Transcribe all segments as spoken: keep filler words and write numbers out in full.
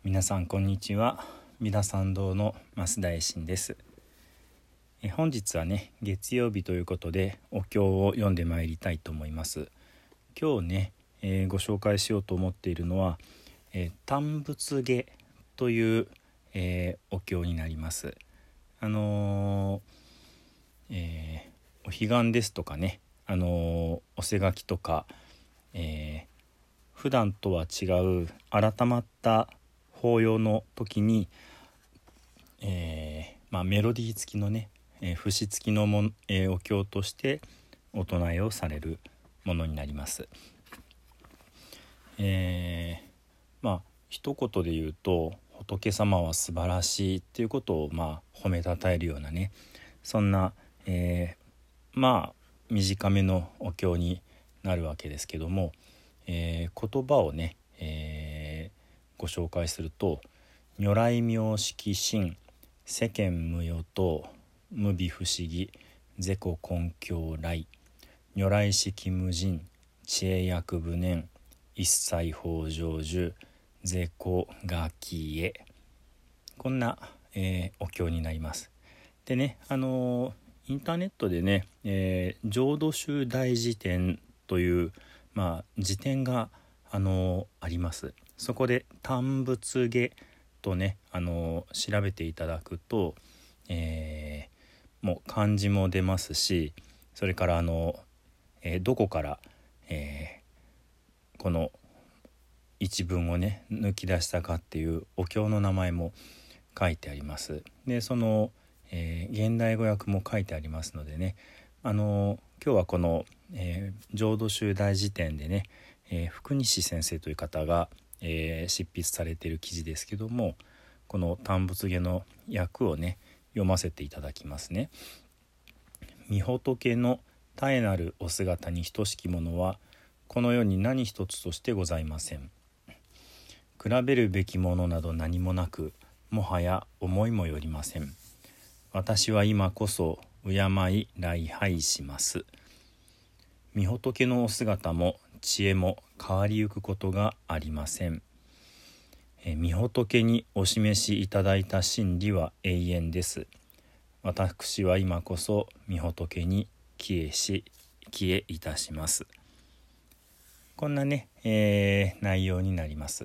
皆さんこんにちは。三田参道の増田衛進です。え本日はね月曜日ということでお経を読んでまいりたいと思います。今日ね、えーご紹介しようと思っているのは、えー、歎物下という、えーお経になります。あのーえーお彼岸ですとかね、あのーお背書きとか、えー普段とは違う改まった法要の時に、えーまあ、メロディー付きのね、えー節付きのも、えーお経としてお唱えをされるものになります。えーまあ一言で言うと仏様は素晴らしいっていうことを、まあ、褒めたたえるようなね、そんな、えーまあ短めのお経になるわけですけども、えー言葉をね、えーご紹介すると、如来名色真世間無余等無微不思議是故根境来如来式無尽知恵薬無念一切法成就是故楽へ。こんな、えーお経になります。でね、あのーインターネットでね、えー浄土宗大辞典という、まあ、辞典が、あのーあります。そこで歎物下とね、あのー調べていただくと、えーもう漢字も出ますし、それからあの、えーどこから、えーこの一文をね抜き出したかっていうお経の名前も書いてあります。でその、えー現代語訳も書いてありますのでね、あの今日はこの、えー浄土宗大辞典でね、えー福西先生という方が、えー執筆されている記事ですけども、この歎物下の訳をね読ませていただきますね。御仏の絶えなるお姿に等しきものはこの世に何一つとしてございません。比べるべきものなど何もなく、もはや思いもよりません。私は今こそ敬い礼拝します。御仏のお姿も知恵も変わりゆくことがありません。え御仏にお示しいただいた真理は永遠です。私は今こそ御仏に帰依し帰依いたします。こんなね、えー内容になります。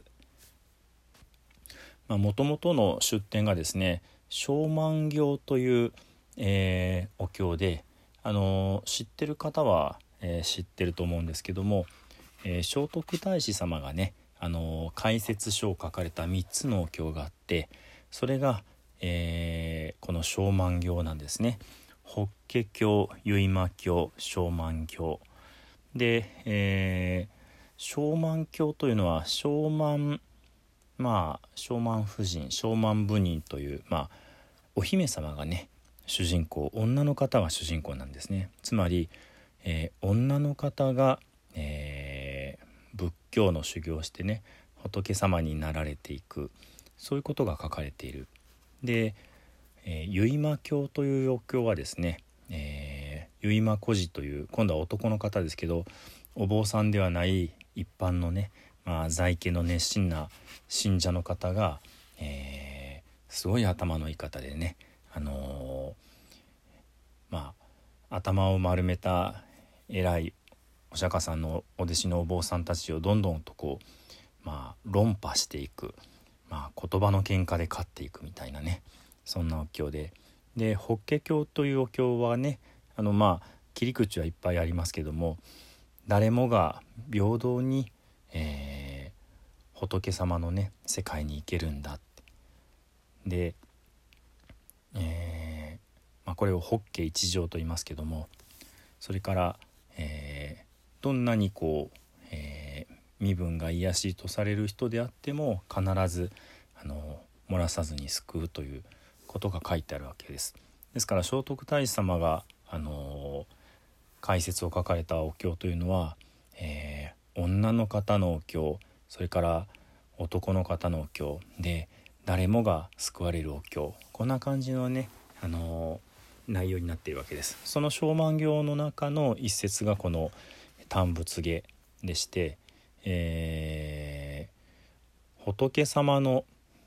もともとの出典がですね、勝鬘経という、えーお経で、あのー知ってる方は、えー知ってると思うんですけども、えー聖徳太子様がね、あのー解説書を書かれたみっつのお経があって、それが、えーこの勝鬘経なんですね。法華経、結馬経、勝鬘経で、えー、勝鬘経というのは勝鬘まあ勝鬘夫人勝鬘夫人という、まあ、お姫様がね主人公、女の方が主人公なんですね。つまり、えー女の方が、えー仏教の修行をしてね仏様になられていく、そういうことが書かれている。で、えー、結馬経というお経はですね、えー、結馬孤児という今度は男の方ですけど、お坊さんではない一般のね、まあ、在家の熱心な信者の方が、えー、すごい頭のいい方でね、あのー、まあ頭を丸めた偉いお釈迦さんのお弟子のお坊さんたちをどんどんとこう、まあ、論破していく、まあ、言葉の喧嘩で勝っていくみたいなね、そんなお経で、で法華経というお経はね、あのまあ切り口はいっぱいありますけども、誰もが平等に、えー、仏様のね世界に行けるんだって。で、えーまあ、これを法華一条と言いますけども、それから、えー、どんなにこう、えー身分が卑しいとされる人であっても必ずあの漏らさずに救うということが書いてあるわけです。ですから聖徳太子様があの解説を書かれたお経というのは、えー女の方のお経、それから男の方のお経で誰もが救われるお経、こんな感じのね、あの内容になっているわけです。その勝鬘経の中の一節がこの歎物下でして、えー仏様の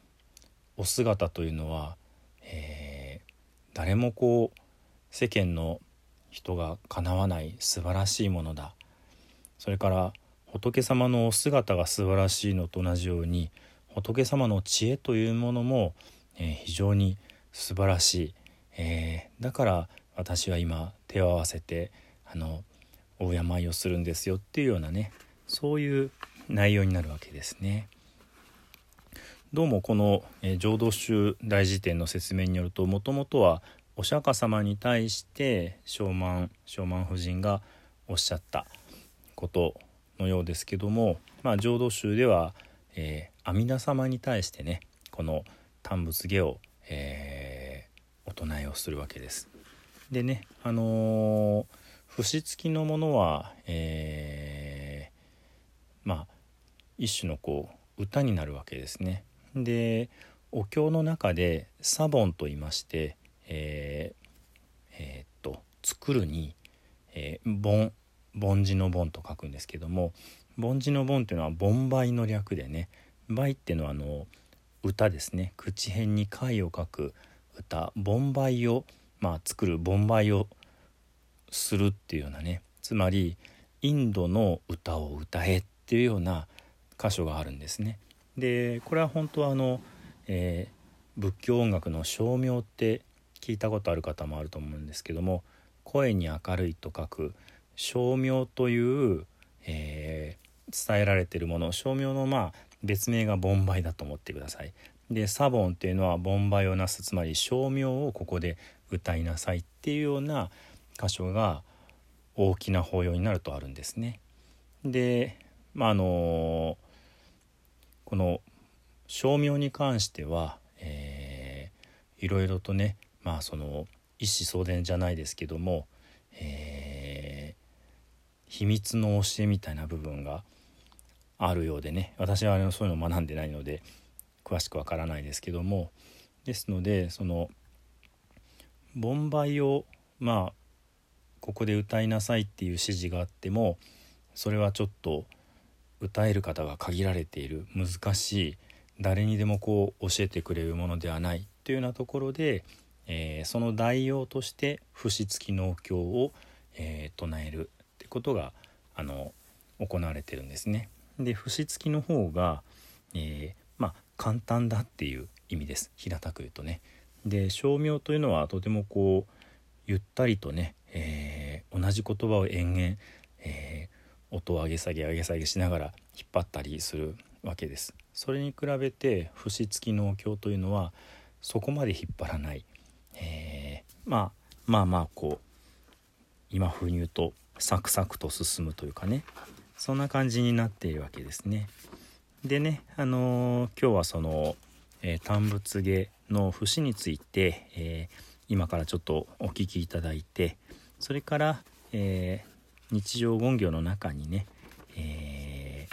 お姿というのは、えー、誰もこう世間の人がかなわない素晴らしいものだ。それから仏様のお姿が素晴らしいのと同じように、仏様の知恵というものも、えー、非常に素晴らしい、えー、だから私は今手を合わせてあのお敬いをするんですよっていうようなね、そういう内容になるわけですね。どうもこの、えー、浄土宗大辞典の説明によると、もともとはお釈迦様に対して聖満聖満夫人がおっしゃったことのようですけども、まあ、浄土宗では、えー、阿弥陀様に対してね、この嘆仏下を、えー、お唱えをするわけです。でね、あのー、節付きのものは、えー、まあ一種のこう歌になるわけですね。で、お経の中でサボンと言いまして、えーえー、っと作るに、えー、盆盆字の盆と書くんですけども、盆字の盆というのは盆梅の略でね、梅っていうのはあの歌ですね。口辺に貝を書く歌、盆梅を、まあ、作る盆梅をするっていうようなね、つまりインドの歌を歌えっていうような箇所があるんですね。でこれは本当はあの、えー、仏教音楽の声明って聞いたことある方もあると思うんですけども、声に明るいと書く声明という、えー、伝えられているもの、声明のまあ別名が盆梅だと思ってください。でサボンっていうのは盆梅をなす、つまり声明をここで歌いなさいっていうような箇所が大きな法要になるとあるんですね。で、まああのこの声明に関しては、えー、いろいろとね、まあその一子相伝じゃないですけども、えー、秘密の教えみたいな部分があるようでね、私はそういうのを学んでないので詳しくわからないですけども、ですのでその盆梅をまあここで歌いなさいっていう指示があっても、それはちょっと歌える方が限られている、難しい、誰にでもこう教えてくれるものではないというようなところで、えー、その代用として節付きのお経を、えー、唱えるってことがあの行われてるんですね。で節付きの方が、えー、まあ簡単だっていう意味です、平たく言うとね。で声明というのはとてもこうゆったりとね、えー、同じ言葉を延々、えー、音を上げ下げ上げ下げしながら引っ張ったりするわけです。それに比べて節付きのお経というのはそこまで引っ張らない、えー、まあまあまあこう今風に言うとサクサクと進むというかね、そんな感じになっているわけですね。でね、あのー、今日はその、えー、嘆仏下の節について、えー、今からちょっとお聞きいただいて、それから、えー、日常言行の中にね、え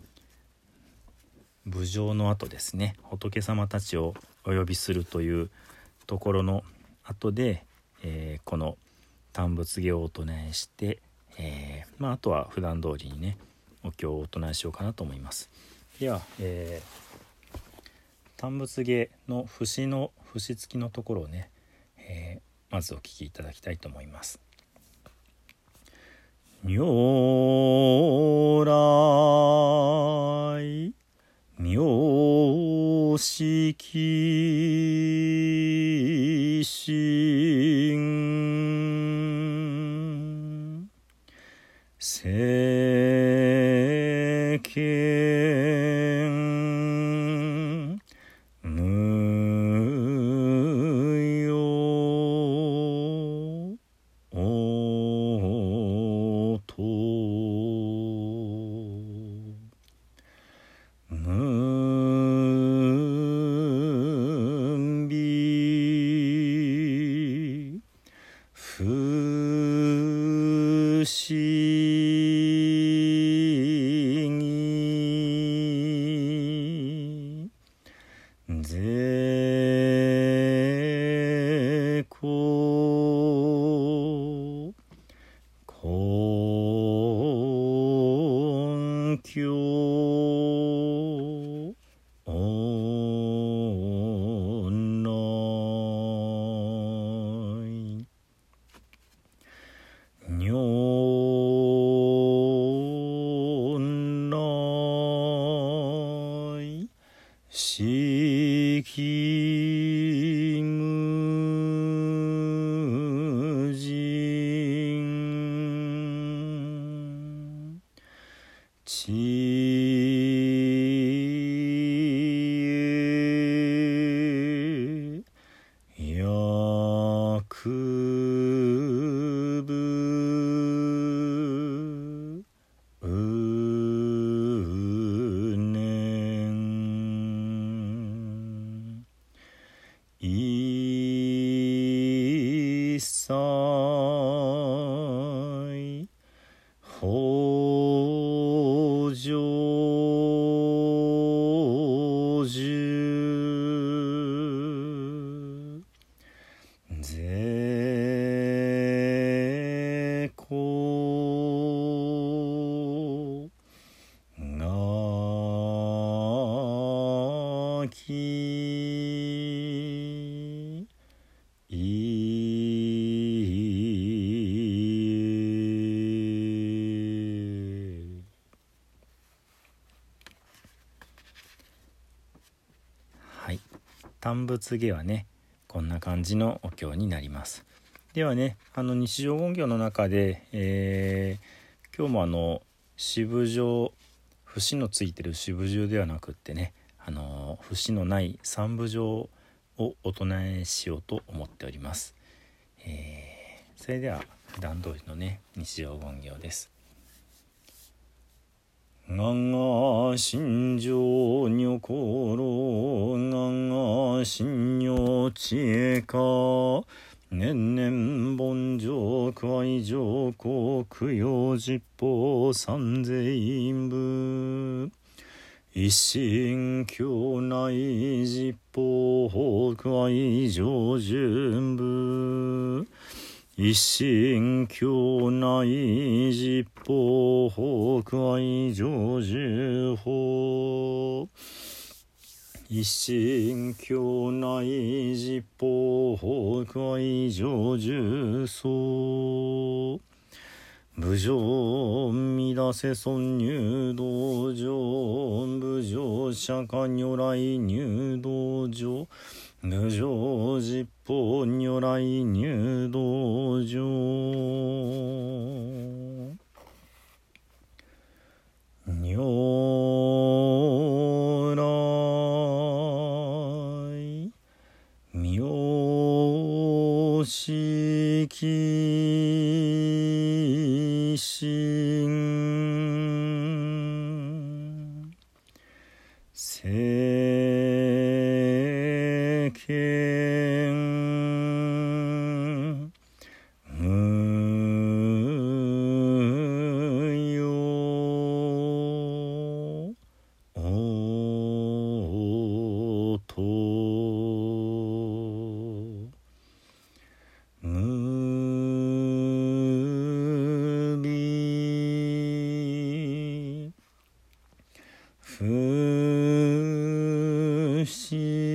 ー、侮辱の後ですね、仏様たちをお呼びするというところの後で、えー、この嘆仏下をお唱えして、えーまあ、あとは普段通りにねお経をお唱えしようかなと思います。では、えー、嘆仏下の節の節付きのところをね、えー、まずお聞きいただきたいと思います。如来妙識心世間無用と分微不思議絶好根拠しきむじんちえやくぶうねんいさいほじょじゅぜこがきいはい短仏下はねこんな感じのお経になります。ではねあの日常言行の中で、えー、今日もあの四部上節のついてる四部上ではなくってねあの節のない三部上をお唱えしようと思っております。えー、それでは普段通りのね日常言行です。がが心情にころがが心女知恵か年々凡上海上国用実法三世部一心境内実法北愛上順部一心境内実法北愛上十法一心境内実法北愛上十相無常乱せ尊入道場無常釈迦如来入道場無常実法如来入道場如来妙識心世間無用おと無び不思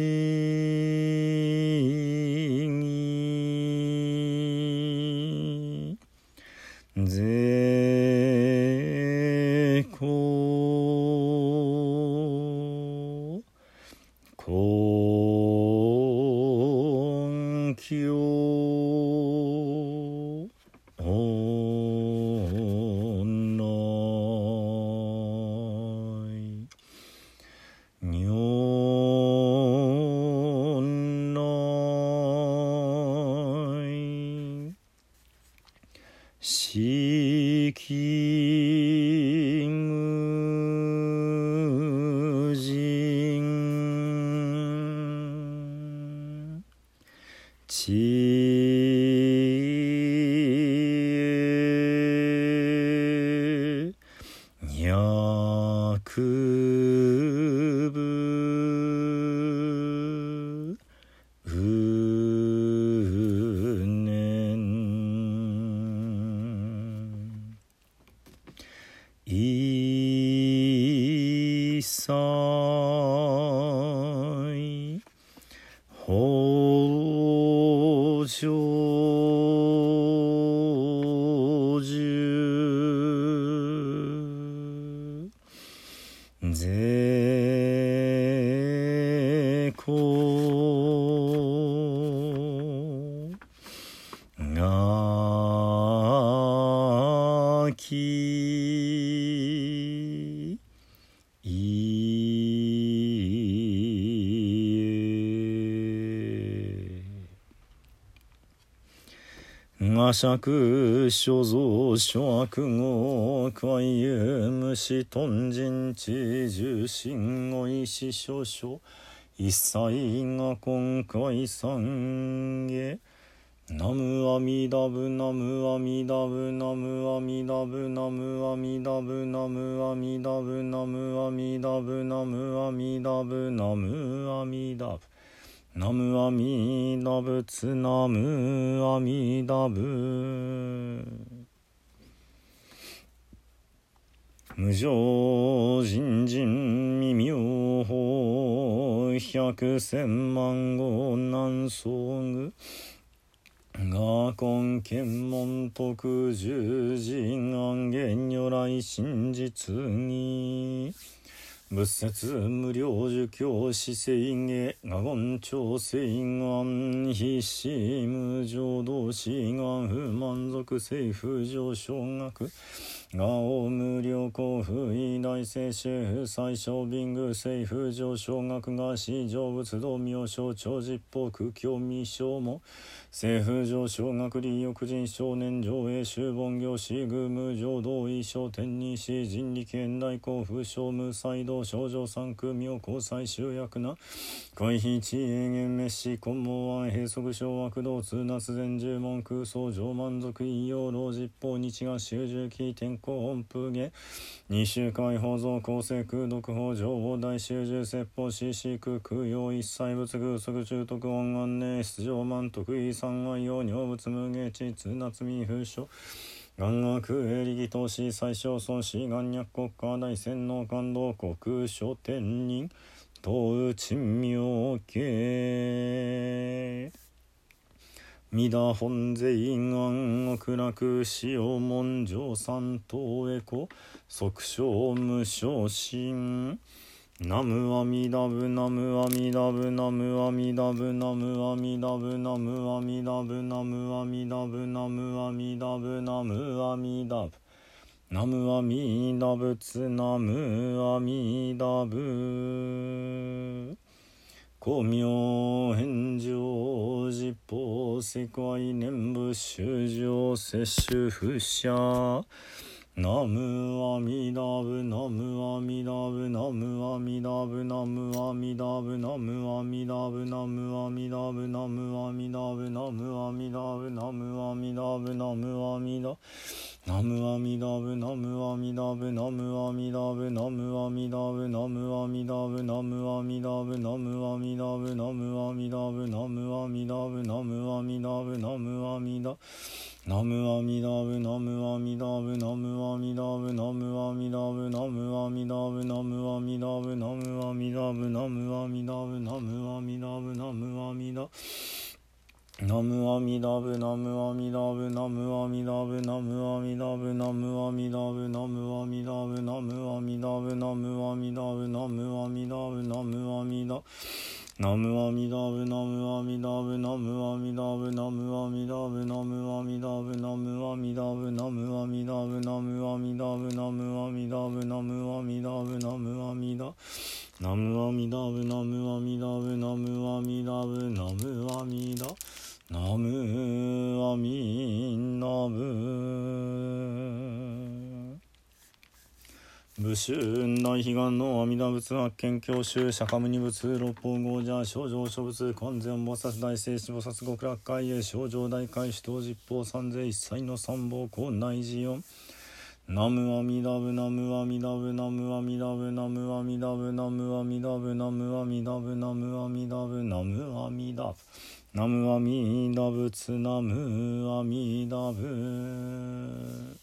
議絶好根拠しきむじんちえやくぶうねんいさいほじょじゅぜこがき我釈所蔵諸悪語海遊無視頓人知重心語意思少々一切が今回三下ナムアミダブナムアミダブナムアミダブナムアミダブナムアミダブナムアミダブナムアミダブナムアミダブナムアミダブツナムアミダブ無常人人未妙法百千万語難相具我根検問徳十人安元如来真実義仏説無量寿教死生下我言調整願必死無常道志願不満足政府上昇学我王無量幸福偉大聖主最小貧具政府上昇学が史上仏道妙正長実法苦境未生も政府上昇学利欲人少年上映修凡行死愚無常道異小天に死人力現代幸福小無才道少女三区妙高最終役な回避地永遠滅死根毛安閉塞小悪道通夏前十問空想上満足異様老実法日が修十期天候音符下二周回法蔵公正空毒法上王大修十説法死死空空用一切仏偶即中徳音安寧出場満徳異三愛用尿仏無下地通夏未風書願学営利義投資最小尊師願脈国家大洗脳感動国書天人東珍妙系弥陀本税願極楽使用文上三等エコ即生無昇進ナムアミダブナムアミダブナムアミダブナムアミダブナムアミダブナムアミダブナムアミダブナムアミダブナムアミダブツナムアミダブ光明返上実法世界念仏修上摂取不捨ナムアミダブナムアミダブナムアミダブナムアミダブナムアミダブナムアミダブナムアミダブナムアミダブナムアミダブナムアミダナムアミダブナムアミダブナムアミダブナムアミダブナムアミダブナムアミダブナムアミダブナムアミダブナムアミダブナムアミダブナムアミダナムアミダブナムアミダブナムアミダブナムアミダブナムアミダブナムアミダブナムアミダブナムアミダブナムアミダブナムアミダナムアミダブナムアミダブナムアミダブナムアミダブナムアミダブナムアミダブナムアミダブナムアミダブナムアミダブナムアミダナムアミダブナムアミダブナムアミダブナムアミダブナムアミダブナムアミダブナムアミダブナムアミダブナムアミダブナムアミダブナムアミダナムアミダブナムアミダブナムアミダブナムアミダナムアミナブ武州大悲願の阿弥陀仏発見教習釈迦牟尼仏六方豪者正常諸仏観世音菩薩大聖子菩薩極楽会へ正常大海主等十方三世一切の三宝校内寺四ナムアミダブナムアミダブナムアミダブナムアミダブナムアミダブナムアミダブナムアミダブナムアミダブナムアミダブツナムアミダブ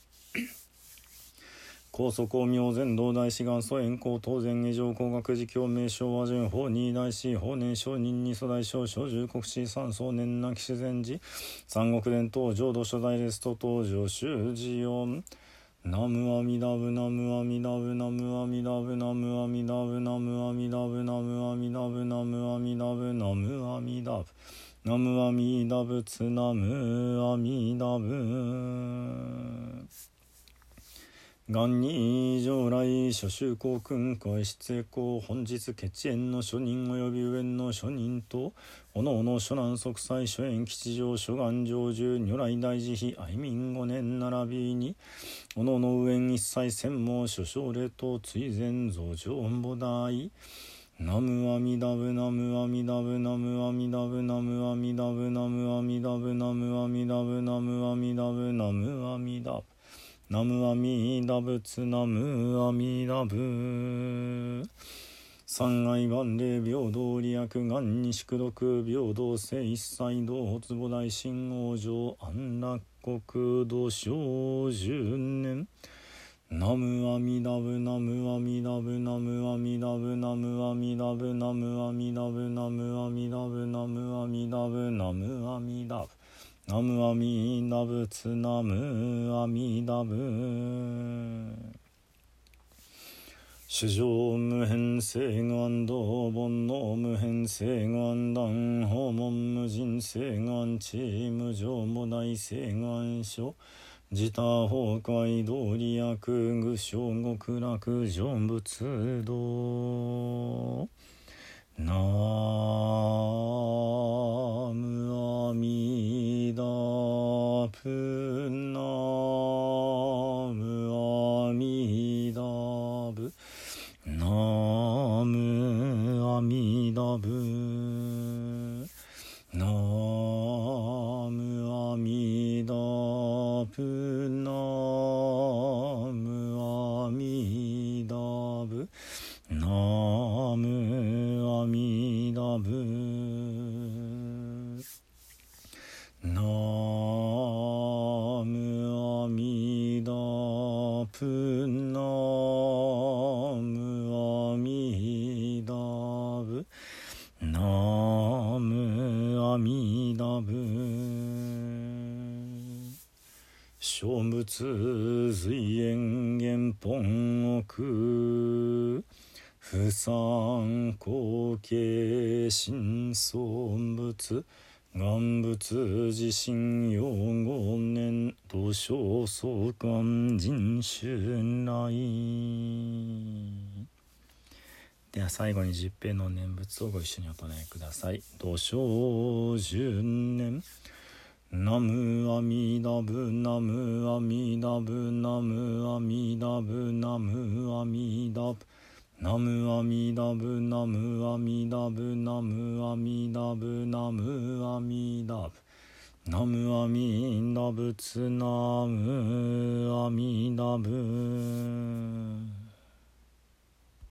高祖光明禅道大師元祖円光当然以上工学寺教名称和順法二大師法年上人二祖大将小十国師三宗年なき自然寺三国伝統浄土初代レスト登場修寺四ナムアミダブナムアミダブナムアミダブナムアミダブナムアミダブナムアミダブナムアミダブナムアミダブナムアミダブツナムアミダブ元に上来諸宗公君会出栄公本日血縁の諸人及び上の諸人とおのおの諸南息災諸縁吉祥諸願成就如来大慈悲愛民五年並びにおのおの上一切専門諸奨礼と追善増上菩提ナムアミダブナムアミダブナムアミダブナムアミダブナムアミダブナムアミダブナムアミダブナムアミダブナムアミダブツナムアミダブ三愛万霊平等利益願に宿毒平等性一切道発母大神往生安楽国土小十年ナムアミダブナムアミダブナムアミダブナムアミダブナムアミダブナムアミダブナムアミダブナムアミダブナムアミダブツナムアミダブ主上無変性願道煩悩無変性願断訪問無人性願地無常母大性願書自他崩壊道利益具象極楽成仏道ナムアミダプナムアミダブナムアミダブナムアミダプナムアミダブナムアミダブナムアミダプナムアミダブナムアミダブ小仏随縁元本奥不参後継新尊仏願仏自身用五年土生相関人春来では最後に十平の念仏をご一緒にお唱えください。土生十年ナムアミダブナムアミダブナムアミダブナムアミダブナムアミダブナムアミダブナムアミダブナムアミダブナムアミダブツナムアミダブ